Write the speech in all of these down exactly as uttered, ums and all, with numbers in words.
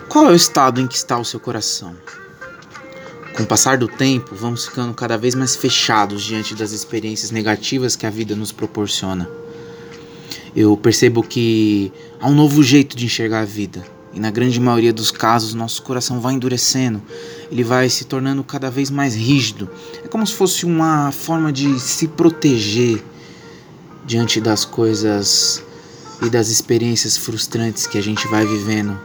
Qual é o estado em que está o seu coração? Com o passar do tempo, vamos ficando cada vez mais fechados diante das experiências negativas que a vida nos proporciona. Eu percebo que há um novo jeito de enxergar a vida. E na grande maioria dos casos, nosso coração vai endurecendo. Ele vai se tornando cada vez mais rígido. É como se fosse uma forma de se proteger diante das coisas e das experiências frustrantes que a gente vai vivendo.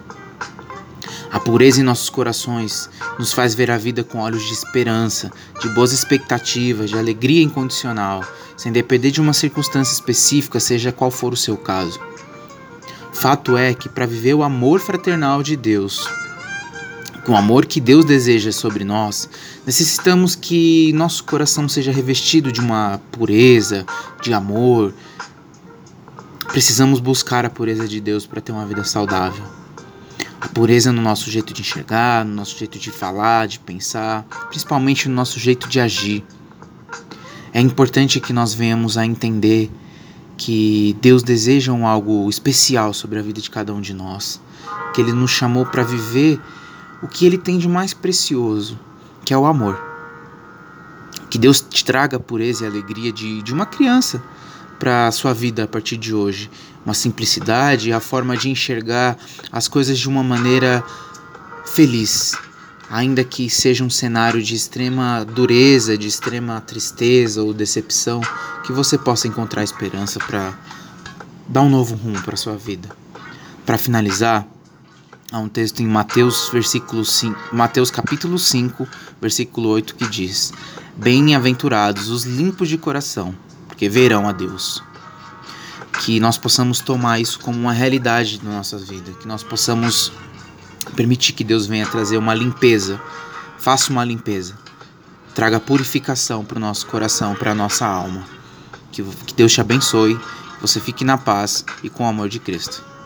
A pureza em nossos corações nos faz ver a vida com olhos de esperança, de boas expectativas, de alegria incondicional, sem depender de uma circunstância específica, seja qual for o seu caso. Fato é que para viver o amor fraternal de Deus, o amor que Deus deseja sobre nós, necessitamos que nosso coração seja revestido de uma pureza, de amor. Precisamos buscar a pureza de Deus para ter uma vida saudável. A pureza no nosso jeito de enxergar, no nosso jeito de falar, de pensar, principalmente no nosso jeito de agir. É importante que nós venhamos a entender que Deus deseja um algo especial sobre a vida de cada um de nós, que Ele nos chamou para viver o que Ele tem de mais precioso, que é o amor. Que Deus te traga a pureza e a alegria de, de uma criança para a sua vida a partir de hoje. Uma simplicidade, a forma de enxergar as coisas de uma maneira feliz, ainda que seja um cenário de extrema dureza, de extrema tristeza ou decepção, que você possa encontrar esperança para dar um novo rumo para a sua vida. Para finalizar, há um texto em Mateus, versículo cinco, Mateus capítulo cinco, versículo oito, que diz: Bem-aventurados os limpos de coração, porque verão a Deus. Que nós possamos tomar isso como uma realidade na nossa vida, que nós possamos permitir que Deus venha trazer uma limpeza, faça uma limpeza, traga purificação para o nosso coração, para a nossa alma. Que, que Deus te abençoe, que você fique na paz e com o amor de Cristo.